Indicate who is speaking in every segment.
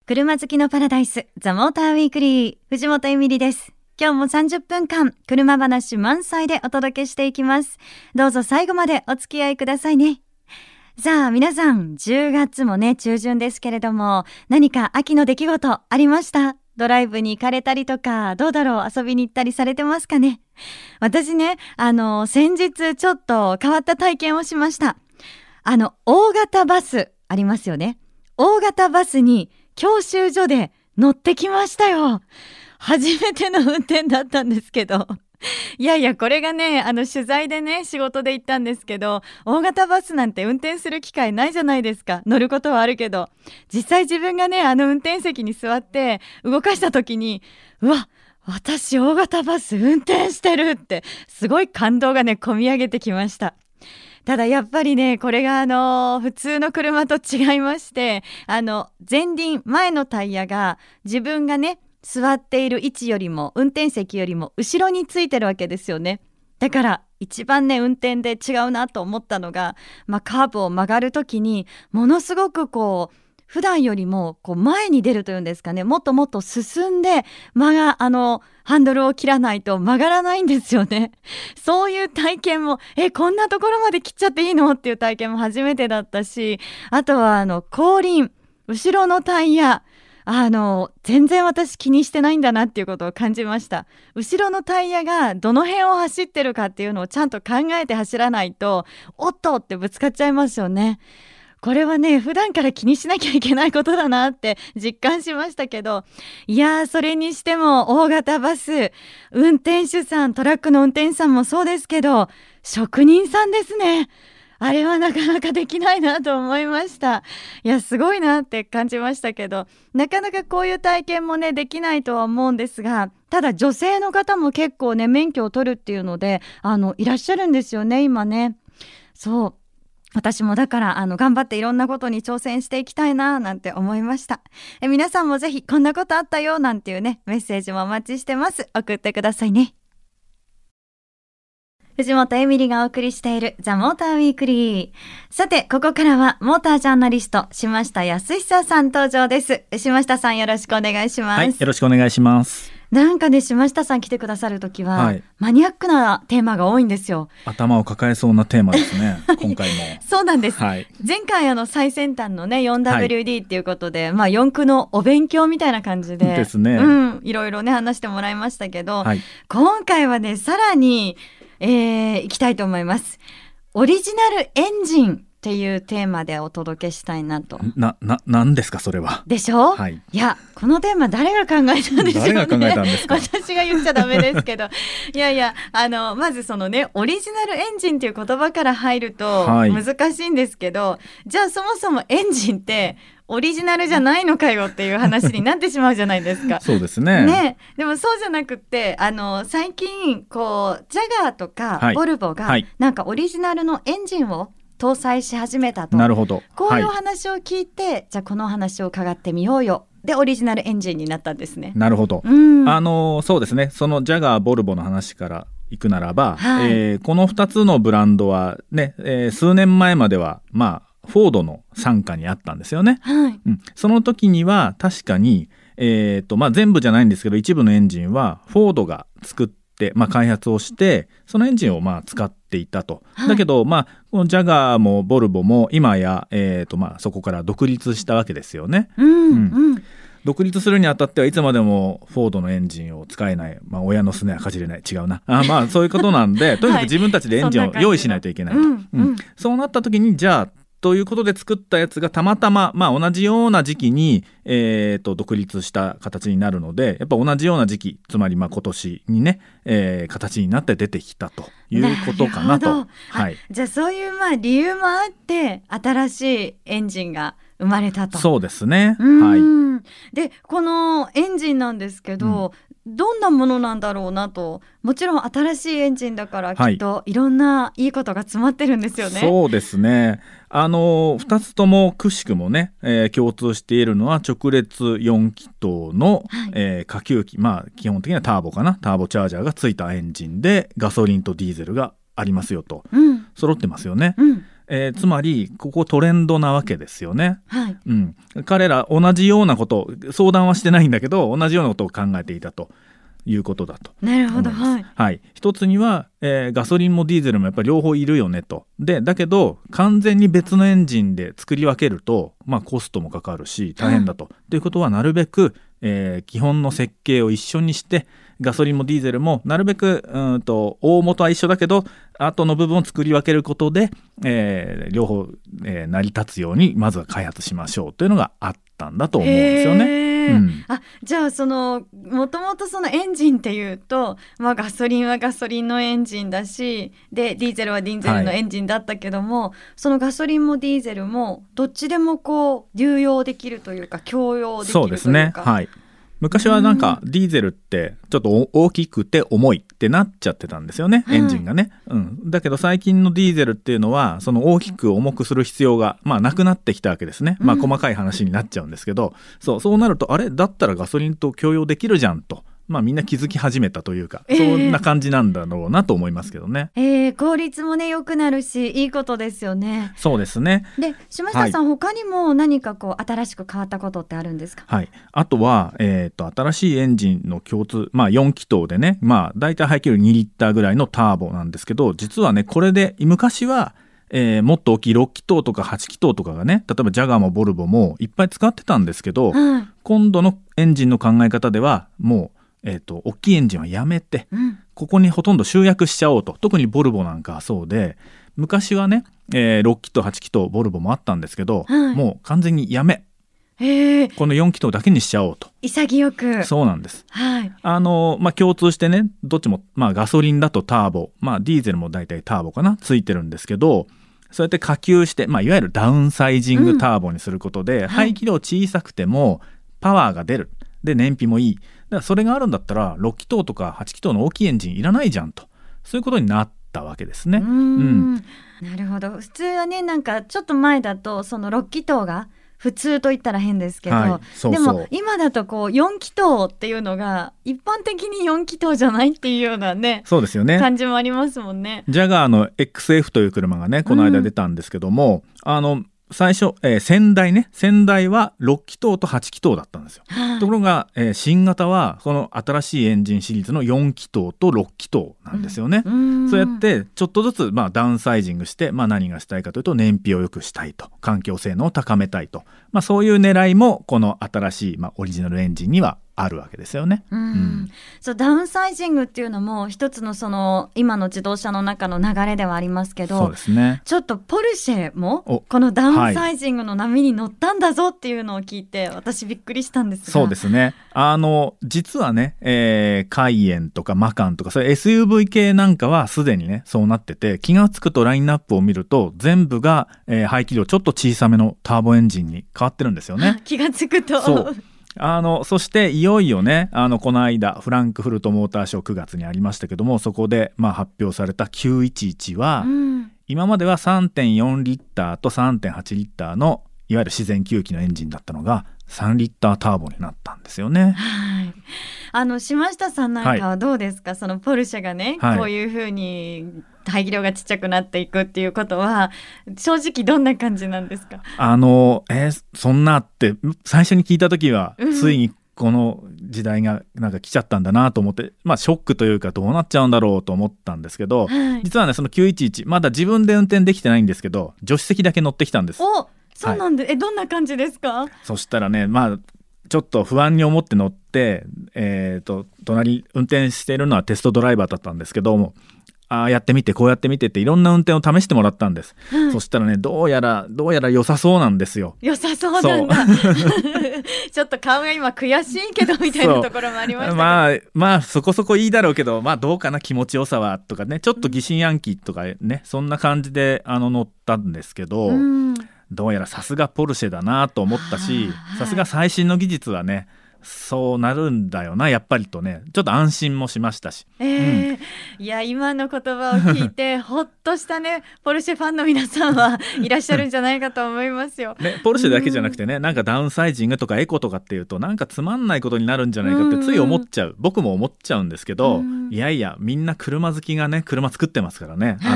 Speaker 1: 車好きのパラダイス、ザ・モーターウィークリー、藤本エミリです。今日も30分間、車話満載でお届けしていきます。どうぞ最後までお付き合いくださいね。さあ皆さん、10月もね、中旬ですけれども、何か秋の出来事ありました？ドライブに行かれたりとか、どうだろう、遊びに行ったりされてますかね？私ね、先日ちょっと変わった体験をしました。大型バスありますよね。大型バスに教習所で乗ってきましたよ。初めての運転だったんですけど。いやいや、これがね、取材でね、仕事で行ったんですけど、大型バスなんて運転する機会ないじゃないですか。乗ることはあるけど。実際自分がね、運転席に座って動かした時に、うわ、私大型バス運転してるって、すごい感動がね、込み上げてきました。ただやっぱりね、これが普通の車と違いまして、前輪、前のタイヤが自分がね、座っている位置よりも、運転席よりも後ろについてるわけですよね。だから一番ね、運転で違うなと思ったのが、カーブを曲がるときに、ものすごく普段よりも前に出るというんですかね、もっともっと進んでハンドルを切らないと曲がらないんですよね。そういう体験もこんなところまで切っちゃっていいのっていう体験も初めてだったし、あとは後輪、後ろのタイヤ、全然私気にしてないんだなっていうことを感じました。後ろのタイヤがどの辺を走ってるかっていうのをちゃんと考えて走らないと、おっとってぶつかっちゃいますよね。これはね、普段から気にしなきゃいけないことだなって実感しましたけど、いやー、それにしても大型バス、運転手さん、トラックの運転手さんもそうですけど、職人さんですね。あれはなかなかできないなと思いました。いや、すごいなって感じましたけど、なかなかこういう体験もね、できないとは思うんですが、ただ女性の方も結構ね、免許を取るっていうので、いらっしゃるんですよね、今ね。そう。私もだから頑張っていろんなことに挑戦していきたいななんて思いました。皆さんもぜひこんなことあったよなんていうね、メッセージもお待ちしてます。送ってくださいね。藤本エミリがお送りしているザ・モーターウィークリー。さて、ここからはモータージャーナリスト島下康久さん登場です。島下さん、よろしくお願いします。
Speaker 2: はい、よろしくお願いします。
Speaker 1: なんかね、島下さん来てくださるときは、マニアックなテーマが多いんですよ。
Speaker 2: 頭を抱えそうなテーマですね。今回も
Speaker 1: そうなんです、前回最先端のね 4WD っていうことで、四駆のお勉強みたいな感じで
Speaker 2: ですね、
Speaker 1: いろいろね話してもらいましたけど、今回はねさらに、いきたいと思います。オリジナルエンジンっていうテーマでお届けしたいなと。
Speaker 2: なんですかそれは。
Speaker 1: でしょ、いや、このテーマ誰が考えたんでしょうね。
Speaker 2: 誰が考えたんですか。
Speaker 1: 私が言っちゃダメですけどいやいや、まずそのね、オリジナルエンジンっていう言葉から入ると難しいんですけど、じゃあそもそもエンジンってオリジナルじゃないのかよっていう話になってしまうじゃないですか。
Speaker 2: そうですね。
Speaker 1: でもそうじゃなくって最近ジャガーとかボルボがなんかオリジナルのエンジンを搭載し始めたと。
Speaker 2: なるほど。
Speaker 1: こういうお話を聞いて、じゃあこのお話を伺ってみようよでオリジナルエンジンになったんですね。
Speaker 2: なるほど。そうですね、そのジャガーボルボの話からいくならば、この2つのブランドはね、数年前まではフォードの傘下にあったんですよね。その時には確かに、全部じゃないんですけど、一部のエンジンはフォードが作って、開発をしてそのエンジンを使っていたと。だけど、このジャガーもボルボも今や、そこから独立したわけですよね。独立するにあたってはいつまでもフォードのエンジンを使えない、親のすねはかじれない、違うな、そういうことなんでとにかく自分たちでエンジンを用意しないといけないと。そうなった時に、じゃあということで作ったやつがたまたま、同じような時期に、独立した形になるので、やっぱ同じような時期、つまり今年にね、形になって出てきたということかなと。
Speaker 1: じゃあそういう理由もあって新しいエンジンが生まれたと。
Speaker 2: そうですね。
Speaker 1: でこのエンジンなんですけど、どんなものなんだろうなと。もちろん新しいエンジンだからきっといろんないいことが詰まってるんですよね。
Speaker 2: そうですね。2つともくしくもね、共通しているのは直列4気筒の、下級機、基本的にはターボかな、ターボチャージャーがついたエンジンでガソリンとディーゼルがありますよと、揃ってますよね。 つまりここトレンドなわけですよね、
Speaker 1: はい、
Speaker 2: 彼ら同じようなこと相談はしてないんだけど同じようなことを考えていたということだと。
Speaker 1: なるほど、はい、
Speaker 2: はい、一つには、ガソリンもディーゼルもやっぱり両方いるよねと。でだけど完全に別のエンジンで作り分けると、コストもかかるし大変だと、ということはなるべく、基本の設計を一緒にしてガソリンもディーゼルもなるべく大元は一緒だけど後の部分を作り分けることで、両方、成り立つようにまずは開発しましょうというのがあったんだと思うんですよね。
Speaker 1: じゃあもともとそのエンジンっていうと、ガソリンはガソリンのエンジンだしでディーゼルはディーゼルのエンジンだったけども、そのガソリンもディーゼルもどっちでもこう流用できるというか共用できるというか。
Speaker 2: そうですね、はい、昔はなんかディーゼルってちょっと大きくて重いってなっちゃってたんですよね、エンジンがね、だけど最近のディーゼルっていうのはその大きく重くする必要が、なくなってきたわけですね、細かい話になっちゃうんですけど、そうなるとあれだったらガソリンと共用できるじゃんと、みんな気づき始めたというか、そんな感じなんだろうなと思いますけどね。
Speaker 1: 効率もね良くなるしいいことですよね。
Speaker 2: そうですね。
Speaker 1: で島下さん、他にも何かこう新しく変わったことってあるんですか？
Speaker 2: はい、あとは、新しいエンジンの共通、4気筒でね、だいたい排気量2リッターぐらいのターボなんですけど、実はねこれで昔はもっと大きい6気筒とか8気筒とかがね、例えばジャガーもボルボもいっぱい使ってたんですけど、今度のエンジンの考え方ではもう大きいエンジンはやめて、ここにほとんど集約しちゃおうと。特にボルボなんかはそうで、昔はね、6気筒8気筒ボルボもあったんですけど、もう完全にやめ、この4気筒だけにしちゃおうと。
Speaker 1: 潔く。
Speaker 2: そうなんです、
Speaker 1: はい、
Speaker 2: 共通してねどっちも、ガソリンだとターボ、ディーゼルもだいたいターボかなついてるんですけど、そうやって下級して、いわゆるダウンサイジングターボにすることで、排気量小さくてもパワーが出る、で燃費もいい。だからそれがあるんだったら6気筒とか8気筒の大きいエンジンいらないじゃんと、そういうことになったわけですね。
Speaker 1: なるほど。普通はねなんかちょっと前だとその6気筒が普通と言ったら変ですけど、でも今だとこう4気筒っていうのが一般的に4気筒じゃないっていうようなね、
Speaker 2: そうですよね、
Speaker 1: 感じもありますもんね。
Speaker 2: ジャガーの XF という車がねこの間出たんですけども、最初、先代は6気筒と8気筒だったんですよ。ところが、新型はこの新しいエンジンシリーズの4気筒と6気筒なんですよね。そうやってちょっとずつ、ダウンサイジングして、何がしたいかというと燃費を良くしたいと、環境性能を高めたいと、そういう狙いもこの新しい、オリジナルエンジンにはあるわけですよね。
Speaker 1: そうダウンサイジングっていうのも一つのその今の自動車の中の流れではありますけど、
Speaker 2: そうですね、
Speaker 1: ちょっとポルシェもこのダウンサイジングの波に乗ったんだぞっていうのを聞いて、私びっくりしたんですが。
Speaker 2: そうですね、実はね、カイエンとかマカンとかそういう SUV 系なんかはすでにねそうなってて、気がつくとラインナップを見ると全部が、排気量ちょっと小さめのターボエンジンに変わってるんですよね。
Speaker 1: 気がつくと
Speaker 2: そうそしていよいよねこの間フランクフルトモーターショー9月にありましたけども、そこで発表された911は、今までは 3.4 リッターと 3.8 リッターのいわゆる自然吸気のエンジンだったのが3リッターターボになったんですよね。
Speaker 1: 島下さんなんかはどうですか、そのポルシェがね、こういう風に排気量がちっちゃくなっていくっていうことは正直どんな感じなんですか？
Speaker 2: そんなって最初に聞いた時は、ついにこの時代がなんか来ちゃったんだなと思って、ショックというかどうなっちゃうんだろうと思ったんですけど、実はねその911まだ自分で運転できてないんですけど助手席だけ乗ってきたんです。
Speaker 1: そうなんで、どんな感じですか？
Speaker 2: そしたらねちょっと不安に思って乗って、隣運転しているのはテストドライバーだったんですけども、やってみてこうやってみてっていろんな運転を試してもらったんです、そしたらねどうやら良さそうなんですよ。
Speaker 1: 良さそうなんだちょっと顔が今悔しいけどみたいなところもありましたけど、
Speaker 2: そこそこいいだろうけどどうかな気持ちよさはとかね、ちょっと疑心暗鬼とかね、そんな感じで乗ったんですけど、どうやらさすがポルシェだなと思ったし、さすが最新の技術はねそうなるんだよなやっぱりとね、ちょっと安心もしましたし、
Speaker 1: いや今の言葉を聞いてほっとしたねポルシェファンの皆さんはいらっしゃるんじゃないかと思いますよ、
Speaker 2: ポルシェだけじゃなくてね、なんかダウンサイジングとかエコとかっていうとなんかつまんないことになるんじゃないかってつい思っちゃう、僕も思っちゃうんですけど、いやみんな車好きがね車作ってますからね、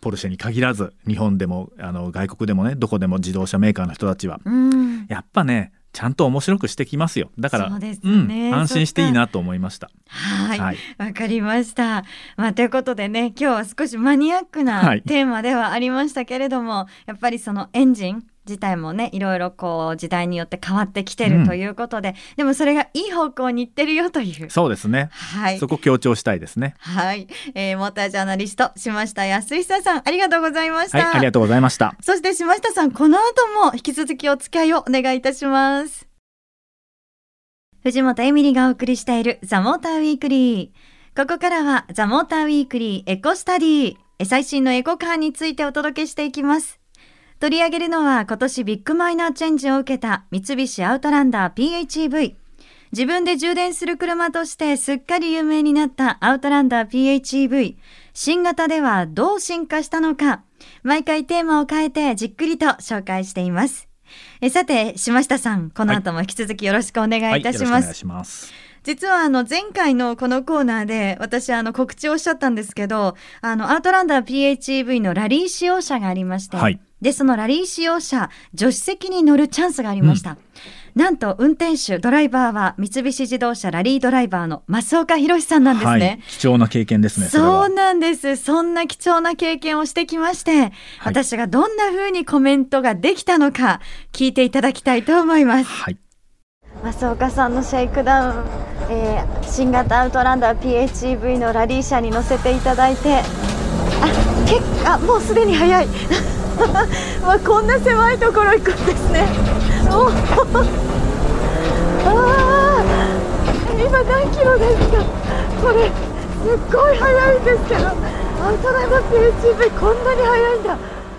Speaker 2: ポルシェに限らず日本でも外国でもね、どこでも自動車メーカーの人たちは、やっぱねちゃんと面白くしてきますよ。だから、
Speaker 1: そうですね、
Speaker 2: 安心していいなと思いました。
Speaker 1: はい、わかりました。ということでね、今日は少しマニアックなテーマではありましたけれども、やっぱりそのエンジン自体もねいろいろこう時代によって変わってきてるということで、でもそれがいい方向に行ってるよという。
Speaker 2: そうですね、そこ強調したいですね。
Speaker 1: モータージャーナリスト島下康久さん、ありがとうございました。
Speaker 2: ありがとうございました。
Speaker 1: そして島下さん、この後も引き続きお付き合いをお願いいたします。藤本エミリがお送りしているザ・モーターウィークリー。ここからはザ・モーターウィークリーエコスタディ、最新のエコカーについてお届けしていきます。取り上げるのは今年ビッグマイナーチェンジを受けた三菱アウトランダー PHEV。 自分で充電する車としてすっかり有名になったアウトランダー PHEV、 新型ではどう進化したのか、毎回テーマを変えてじっくりと紹介しています。さて島下さん、この後も引き続きよろしくお願いいたします。
Speaker 2: よろしくお願いします。
Speaker 1: 実は前回のこのコーナーで私告知をしちゃったんですけど、アウトランダー PHEV のラリー使用車がありまして、でそのラリー使用車助手席に乗るチャンスがありました。なんと運転手ドライバーは三菱自動車ラリードライバーの増岡弘さんなんですね。
Speaker 2: 貴重な経験ですね。
Speaker 1: そうなんです。そんな貴重な経験をしてきまして、私がどんな風にコメントができたのか聞いていただきたいと思います。増岡さんのシェイクダウン、新型アウトランダー PHEV のラリー車に乗せていただいて、もうすでに早いこんな狭いところ行くんですね。今何キロですか？これすっごい速いんですけど、アウトランダー PHEV こんなに速いんだ。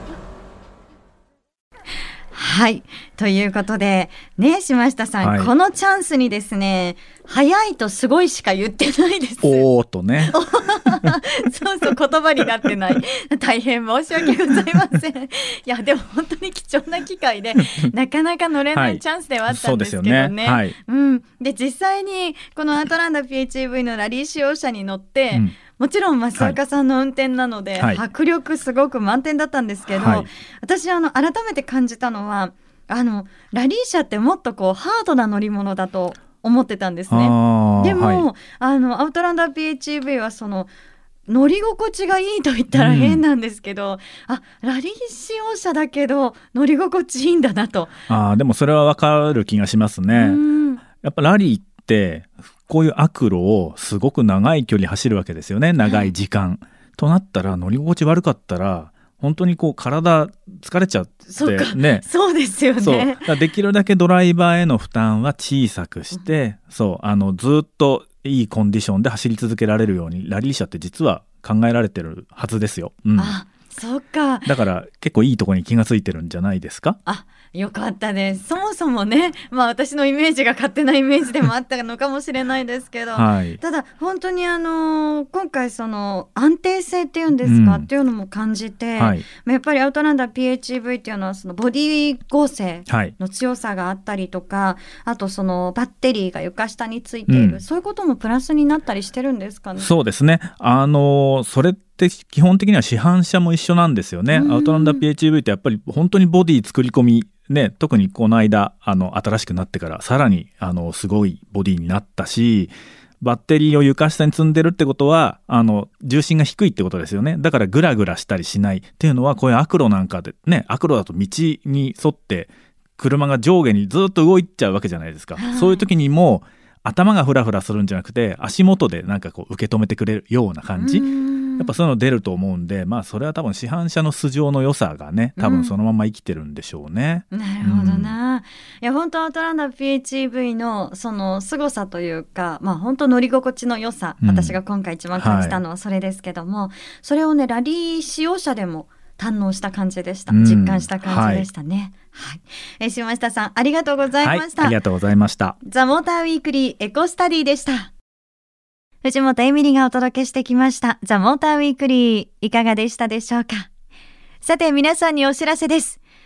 Speaker 1: ということでね、島下さん、このチャンスにですね、早いとすごいしか言ってないです。
Speaker 2: おーとね
Speaker 1: そう言葉になってない大変申し訳ございません。いやでも本当に貴重な機会でなかなか乗れないチャンスではあったんですけどね。で実際にこのアウトランダー PHEV のラリー使用車に乗って、もちろん増岡さんの運転なので、迫力すごく満点だったんですけど、私改めて感じたのはラリー車ってもっとこうハードな乗り物だと思ってたんですね。でも、アウトランダー PHEV はその乗り心地がいいと言ったら変なんですけど、ラリー使用車だけど乗り心地いいんだなと。
Speaker 2: でもそれは分かる気がしますね。やっぱラリーってこういう悪路をすごく長い距離走るわけですよね。長い時間、となったら乗り心地悪かったら本当にこう体疲れちゃってね。
Speaker 1: そうですよね。
Speaker 2: できるだけドライバーへの負担は小さくして、ずっといいコンディションで走り続けられるようにラリー車って実は考えられてるはずですよ。
Speaker 1: そうか。
Speaker 2: だから結構いいところに気がついてるんじゃないですか。
Speaker 1: よかったです。そもそもね、私のイメージが勝手なイメージでもあったのかもしれないですけど、ただ本当に今回その安定性っていうんですか、っていうのも感じて、やっぱりアウトランダー PHEV っていうのはそのボディ剛性の強さがあったりとか、あとそのバッテリーが床下についている、そういうこともプラスになったりしてるんですかね。
Speaker 2: そうですね。それって基本的には市販車も一緒なんですよね。アウトランダー PHEV ってやっぱり本当にボディ作り込みね、特にこの間新しくなってからさらにすごいボディになったし、バッテリーを床下に積んでるってことは重心が低いってことですよね。だからグラグラしたりしないっていうのは、こういう悪路なんかでね、悪路だと道に沿って車が上下にずっと動いちゃうわけじゃないですか。そういう時にも頭がフラフラするんじゃなくて、足元でなんかこう受け止めてくれるような感じ、やっぱそういうの出ると思うんで、それは多分市販車の素性の良さがね、多分そのまま生きてるんでしょうね。
Speaker 1: なるほどな。いや本当アウトランダー PHEV のその凄さというか、本当乗り心地の良さ、私が今回一番感じたのはそれですけども、それをねラリー使用車でも堪能した感じでした。実感した感じでしたね。島下さんありがとうございました。
Speaker 2: ありがとうございました。
Speaker 1: ザ・モーターウィークリーエコスタディでした。藤本エミリがお届けしてきましたザ・モーターウィークリー、いかがでしたでしょうか。さて皆さんにお知らせです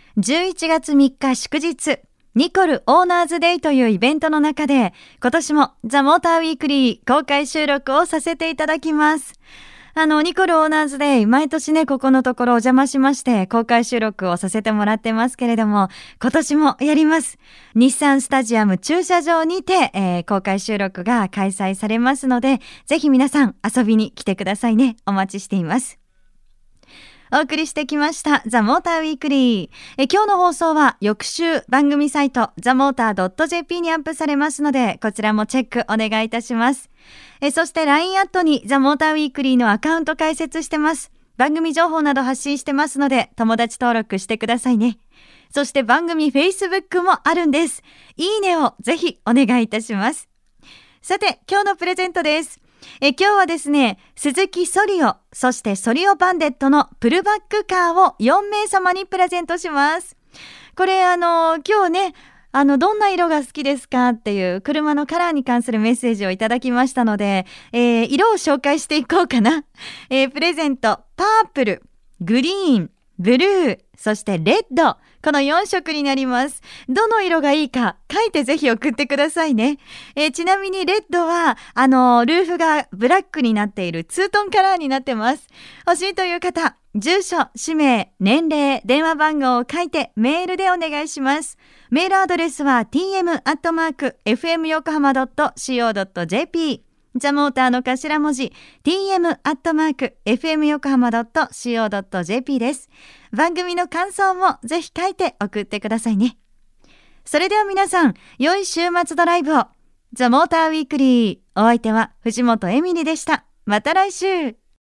Speaker 1: 。11月3日祝日、ニコルオーナーズデイというイベントの中で今年もザ・モーターウィークリー公開収録をさせていただきます。 ニコルオーナーズデイ、毎年ね、ここのところお邪魔しまして、公開収録をさせてもらってますけれども、今年もやります。日産スタジアム駐車場にて、公開収録が開催されますので、ぜひ皆さん遊びに来てくださいね。お待ちしています。お送りしてきましたザ・モーターウィークリー。今日の放送は翌週番組サイトザ・モーター .jp にアップされますので、こちらもチェックお願いいたします。そして LINE アットにザ・モーターウィークリーのアカウント開設してます。番組情報など発信してますので、友達登録してくださいね。そして番組 Facebook もあるんです。いいねをぜひお願いいたします。さて、今日のプレゼントです。今日はですね、スズキソリオ、そしてソリオバンデットのプルバックカーを4名様にプレゼントします。これ今日ね、どんな色が好きですかっていう車のカラーに関するメッセージをいただきましたので、色を紹介していこうかな。プレゼント、パープル、グリーン、ブルー、そしてレッド。この4色になります。どの色がいいか書いてぜひ送ってくださいね。ちなみにレッドは、ルーフがブラックになっているツートンカラーになってます。欲しいという方、住所、氏名、年齢、電話番号を書いてメールでお願いします。メールアドレスは tm@fmyokohama.co.jp。ザ・モーターの頭文字 tm@fmyokohama.co.jp です。番組の感想もぜひ書いて送ってくださいね。それでは皆さん、良い週末ドライブを。ザ・モーターウィークリー。お相手は藤本エミリでした。また来週。